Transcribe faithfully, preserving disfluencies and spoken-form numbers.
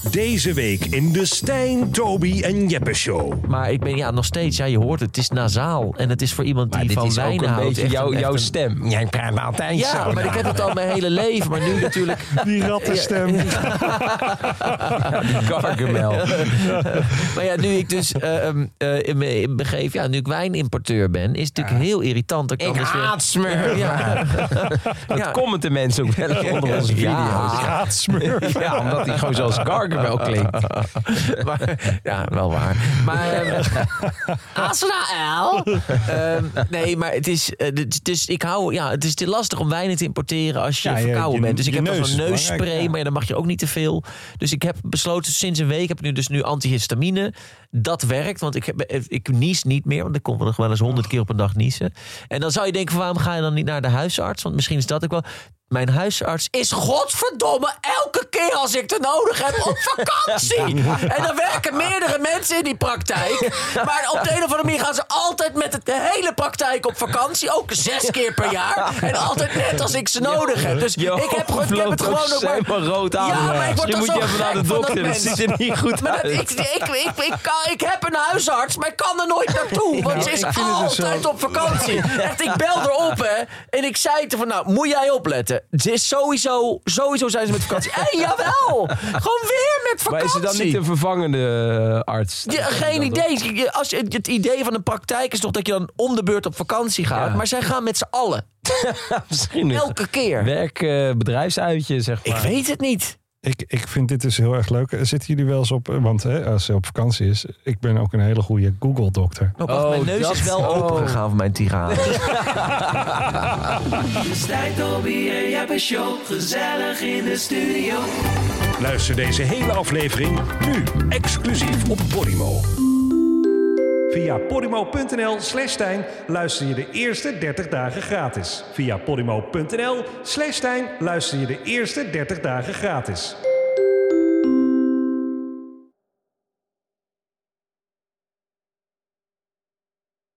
Deze week in de Stijn, Toby en Jeppe Show. Maar ik ben ja, nog steeds, ja, je hoort het, het is nasaal. En het is voor iemand die maar van wijn houdt. Dit is ook een beetje jouw, echt jouw een... stem. Jij praat altijd ja, zo. maar nou. ik heb het al mijn hele leven. Maar nu natuurlijk... Die rattenstem. Ja, die Gargamel. Maar ja, nu ik dus uh, um, uh, in me begeef, ja, nu ik wijnimporteur ben, is het natuurlijk ja. heel irritant. Dat ik Ik dan dus weer... haat smurf. Ja. Dat Ja. commenten mensen ook wel eens onder onze video's. Ja. Gaat smurf. Ja, omdat hij gewoon zoals Gargamel klinkt. Maar, ja, wel waar. Maar um, Asrael. Um, nee, maar het is, uh, het, dus ik hou, ja, het is te lastig om wijnen te importeren als je Ja, je- verkouden je- bent. Dus ik je heb dan neus zo'n is neusspray, belangrijk, ja. maar ja, dan mag je ook niet te veel. Dus ik heb besloten, sinds een week heb ik nu dus nu antihistamine. Dat werkt, want ik, heb, ik nies niet meer. Want ik kon nog wel eens honderd keer op een dag niezen. En dan zou je denken, van, waarom ga je dan niet naar de huisarts? Want misschien is dat ook wel... Mijn huisarts is godverdomme elke keer als ik het nodig heb op vakantie. En dan werken meerdere mensen in die praktijk. Maar op de een of andere manier gaan ze altijd met het- de hele praktijk op vakantie. Ook zes keer per jaar. En altijd net als ik ze nodig heb. Dus Je ik heb, ik heb het gewoon ook maar... helemaal rood aan. Ja, maar ik word Misschien dan moet je zo even naar de gek van dat dokter. Dat mens. ziet er niet goed Maar dat, uit. ik, ik, ik, ik, kan, ik heb een huisarts, maar ik kan er nooit naartoe. Want ze is ik vind het dus altijd zo- op vakantie. Echt, ik bel erop, hè. En ik zei te van, nou, moet jij opletten. Ze is sowieso, sowieso zijn ze met vakantie. Hé, hey, jawel. Gewoon weer met vakantie. Maar is er dan niet een vervangende arts? Ja, geen idee. Je- Als je, het idee van een praktijk is toch dat je dan om de beurt op vakantie gaat. Ja. Maar zij gaan met z'n allen. Misschien is Elke keer. werk, uh, bedrijfsuitje, zeg maar. Ik weet het niet. Ik, ik vind dit dus heel erg leuk. Zitten jullie wel eens op... Want hè, als ze op vakantie is... Ik ben ook een hele goede Google-dokter. Oh, wacht, Oh, mijn neus dat- is wel oh. open gegaan van mijn tirade. De Stijn, Toby en Jeppe Show, gezellig in de studio. Luister deze hele aflevering nu exclusief op Podimo. Via podimo.nl slash Stijn luister je de eerste dertig dagen gratis. Via podimo.nl slash Stijn luister je de eerste dertig dagen gratis.